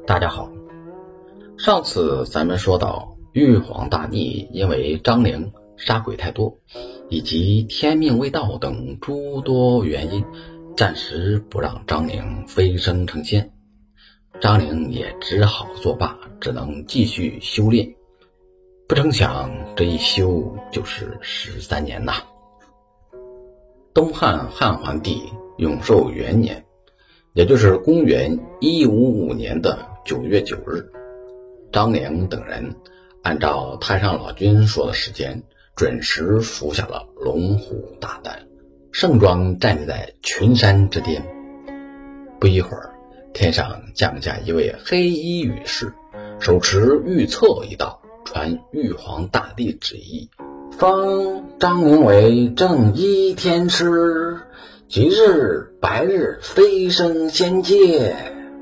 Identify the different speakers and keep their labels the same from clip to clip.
Speaker 1: 大家好，上次咱们说到玉皇大帝因为张陵杀鬼太多，以及天命未到等诸多原因，暂时不让张陵飞升成仙。张陵也只好作罢，只能继续修炼。不成想这一修就是13年呐。东汉汉桓帝永寿元年，也就是公元155年的9月9日，张陵等人按照太上老君说的时间，准时服下了龙虎大丹，盛装站立在群山之巅。不一会儿，天上降下一位黑衣羽士，手持玉册一道，传玉皇大帝旨意，封张陵为正一天师，即日白日飞升仙界。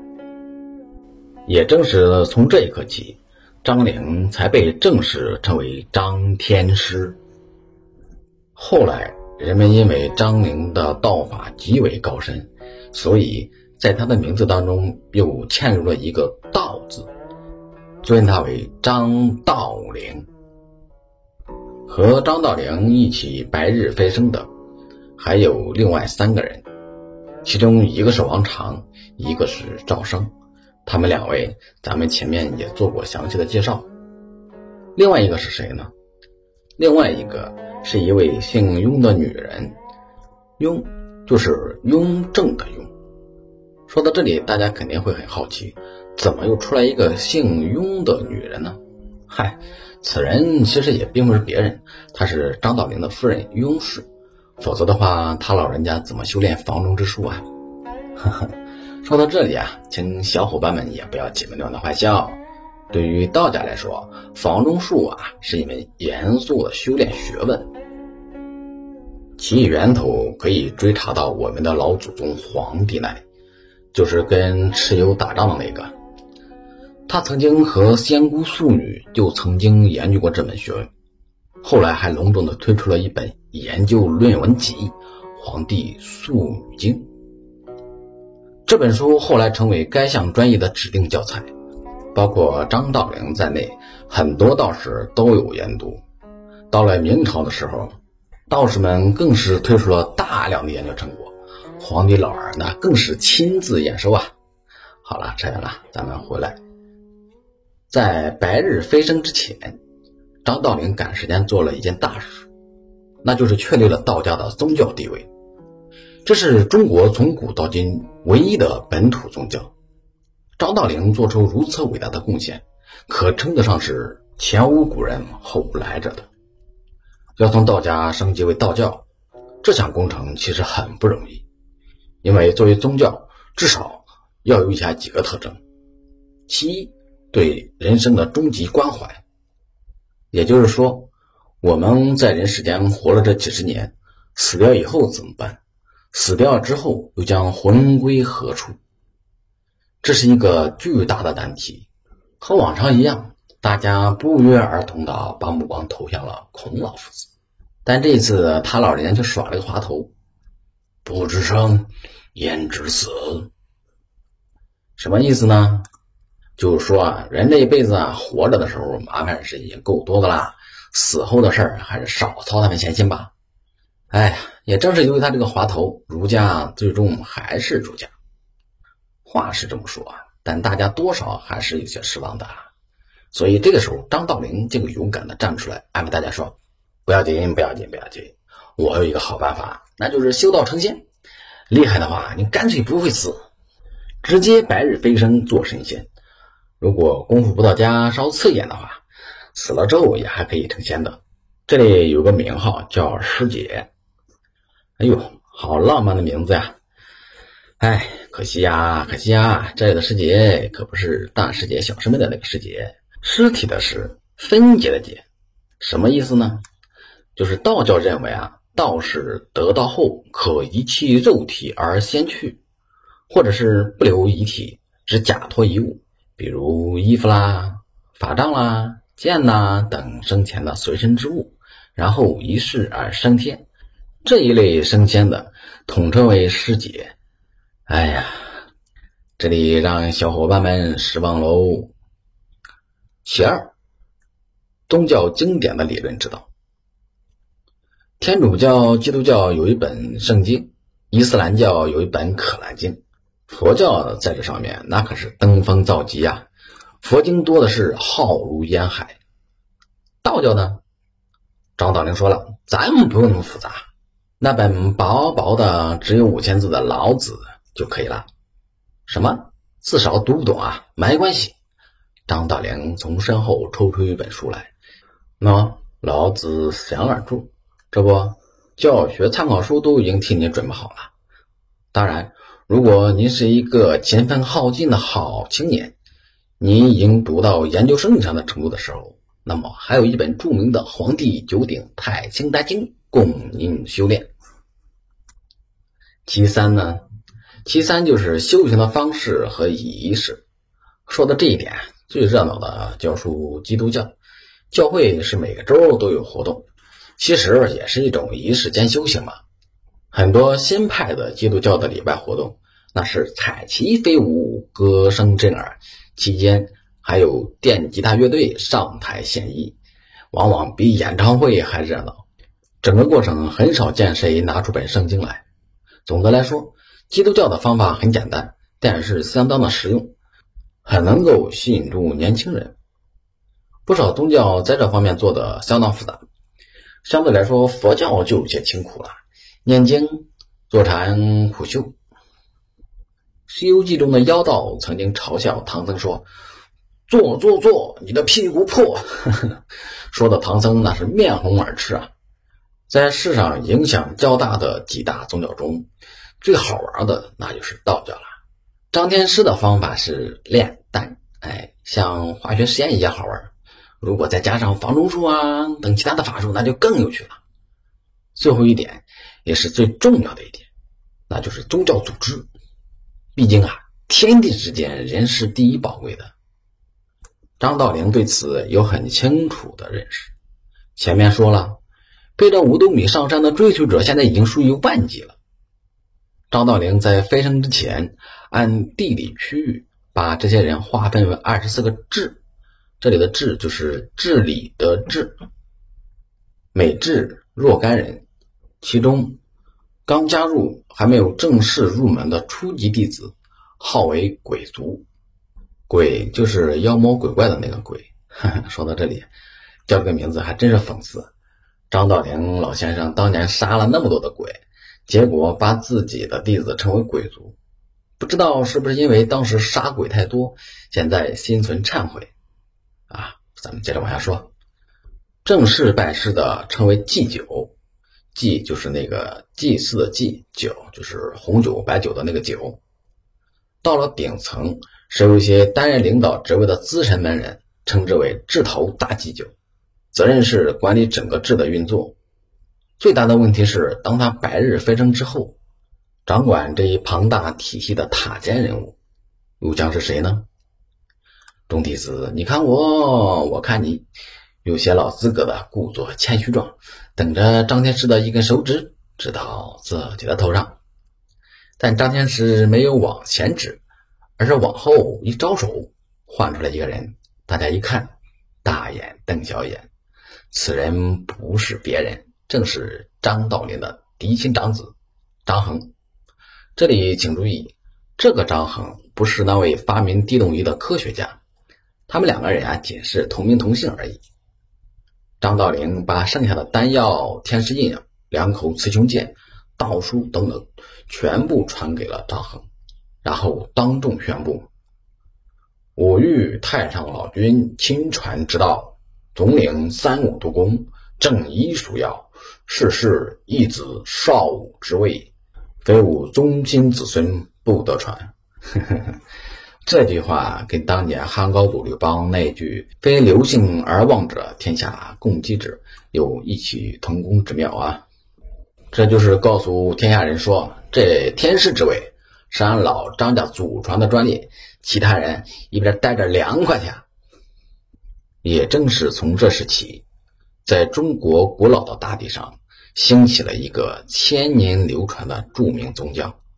Speaker 1: 也正是从这一刻起，张陵才被正式称为张天师。后来人们因为张陵的道法极为高深，所以在他的名字当中又嵌入了一个道字，尊他为张道陵。和张道陵一起白日飞升的还有另外3个人，其中一个是王常，一个是赵生，他们2位咱们前面也做过详细的介绍。另外一个是谁呢？另外一个是一位姓雍的女人，雍就是雍正的雍。说到这里，大家肯定会很好奇，怎么又出来一个姓雍的女人呢？此人其实也并不是别人，她是张道陵的夫人雍氏，否则的话他老人家怎么修炼房中之术啊？说到这里啊，请小伙伴们也不要起那样的坏笑。对于道家来说，房中术啊是一门严肃的修炼学问，其源头可以追查到我们的老祖宗黄帝那里，就是跟蚩尤打仗的那个。他曾经和仙姑素女就曾经研究过这门学问，后来还隆重的推出了一本研究论文集《黄帝素女经》。这本书后来成为该项专业的指定教材，包括张道陵在内，很多道士都有研读。到了明朝的时候，道士们更是推出了大量的研究成果，皇帝老儿呢更是亲自验收啊。好了，扯远了，咱们回来。在白日飞升之前，张道陵赶时间做了一件大事，那就是确立了道家的宗教地位。这是中国从古到今唯一的本土宗教。张道陵做出如此伟大的贡献，可称得上是前无古人后无来者的。要从道家升级为道教，这项工程其实很不容易，因为作为宗教至少要有以下几个特征。其一，对人生的终极关怀，也就是说，我们在人世间活了这几十年，死掉以后怎么办？死掉之后又将魂归何处？这是一个巨大的难题。和往常一样，大家不约而同地把目光投向了孔老夫子，但这一次他老人家却耍了个滑头，不知生焉知死。什么意思呢？就是说啊，人这一辈子啊，活着的时候麻烦事已经够多的啦，死后的事儿还是少操他们闲心吧。也正是由于他这个滑头，儒家最终还是儒家。话是这么说啊，但大家多少还是有些失望的。所以这个时候，张道陵就勇敢地站出来，安慰大家说：不要紧，我有一个好办法，那就是修道成仙。厉害的话，你干脆不会死，直接白日飞升做神仙。如果功夫不到家，稍次一点的话，死了之后也还可以成仙的。这里有个名号叫师姐，好浪漫的名字呀！可惜呀，这里的师姐可不是大师姐小师妹的那个师姐，尸体的尸，分解的解。什么意思呢？就是道教认为啊，道士得道后可遗弃肉体而仙去，或者是不留遗体，只假托遗物，比如衣服啦、法杖啦、剑啦等生前的随身之物，然后一世而升天。这一类升仙的统称为师姐。 这里让小伙伴们失望喽。其二，宗教经典的理论指导。天主教、基督教有一本圣经，伊斯兰教有一本可兰经，佛教在这上面那可是登峰造极啊，佛经多的是浩如烟海。道教呢，张道陵说了，咱们不用那么复杂，那本薄薄的只有5000字的老子就可以了。什么？字少读不懂啊？没关系。张道陵从身后抽出一本书来，那老子思想二注，这不教学参考书都已经替你准备好了。当然，如果您是一个勤奋好进的好青年，你已经读到研究生以上的程度的时候，那么还有一本著名的《黄帝九鼎太清丹经》供您修炼。其三呢？其三就是修行的方式和仪式。说到这一点，最热闹的教属基督教，教会是每个周都有活动，其实也是一种仪式兼修行嘛。很多新派的基督教的礼拜活动，那是彩旗飞舞，歌声震耳，期间还有电吉他乐队上台献艺，往往比演唱会还热闹。整个过程很少见谁拿出本圣经来。总的来说，基督教的方法很简单，但是相当的实用，很能够吸引住年轻人。不少宗教在这方面做的相当复杂，相对来说佛教就有些清苦了，念经、坐禅、苦修。西游记中的妖道曾经嘲笑唐僧说，坐，你的屁股破说的唐僧那是面红耳赤啊。在世上影响较大的几大宗教中，最好玩的那就是道教了。张天师的方法是炼丹，像化学实验一样好玩。如果再加上房中术啊等其他的法术，那就更有趣了。最后一点，也是最重要的一点，那就是宗教组织。毕竟啊，天地之间人是第一宝贵的。张道陵对此有很清楚的认识。前面说了，背着5斗米上山的追随者现在已经数以万计了。张道陵在飞升之前，按地理区域把这些人划分为24个治，这里的治就是治理的治，每治若干人，其中刚加入还没有正式入门的初级弟子号为鬼族，鬼就是妖魔鬼怪的那个鬼。说到这里，叫这个名字还真是讽刺。张道陵老先生当年杀了那么多的鬼，结果把自己的弟子称为鬼族，不知道是不是因为当时杀鬼太多，现在心存忏悔啊。咱们接着往下说，正式拜师的称为祭酒，祭就是那个祭祀的祭，酒就是红酒白酒的那个酒。到了顶层，是由一些担任领导职位的资深门人称之为治头大祭酒，责任是管理整个治的运作。最大的问题是，当他百日飞升之后，掌管这一庞大体系的塔尖人物又将是谁呢？众弟子，你看我，我看你，有些老资格的故作谦虚状，等着张天师的一根手指指到自己的头上。但张天师没有往前指，而是往后一招手，换出来一个人。大家一看，大眼瞪小眼，此人不是别人，正是张道陵的嫡亲长子张衡。这里请注意，这个张衡不是那位发明地动仪的科学家，他们两个人仅是同名同姓而已。张道陵把剩下的丹药、天师印、2口雌雄剑、道书等等全部传给了张衡，然后当众宣布，我欲太上老君亲传之道，总领35都公，正一属要，世世一子少武之位，非吾宗亲子孙不得传。这句话跟当年汉高祖刘邦那句非刘姓而望者天下共击之有异曲同工之妙啊。这就是告诉天下人说，这天师之位是俺老张家祖传的专利，其他人一边待着凉快去。也正是从这时起，在中国古老的大地上兴起了一个1000年流传的著名宗教，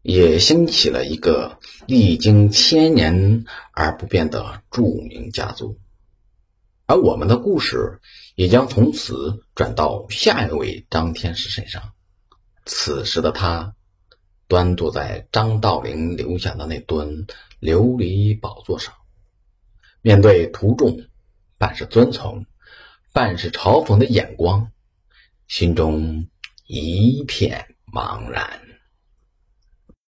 Speaker 1: 也兴起了一个历经千年而不变的著名家族。而我们的故事也将从此转到下一位张天师身上。此时的他端坐在张道陵留下的那尊琉璃宝座上，面对徒众半是尊崇，半是嘲讽的眼光，心中一片茫然。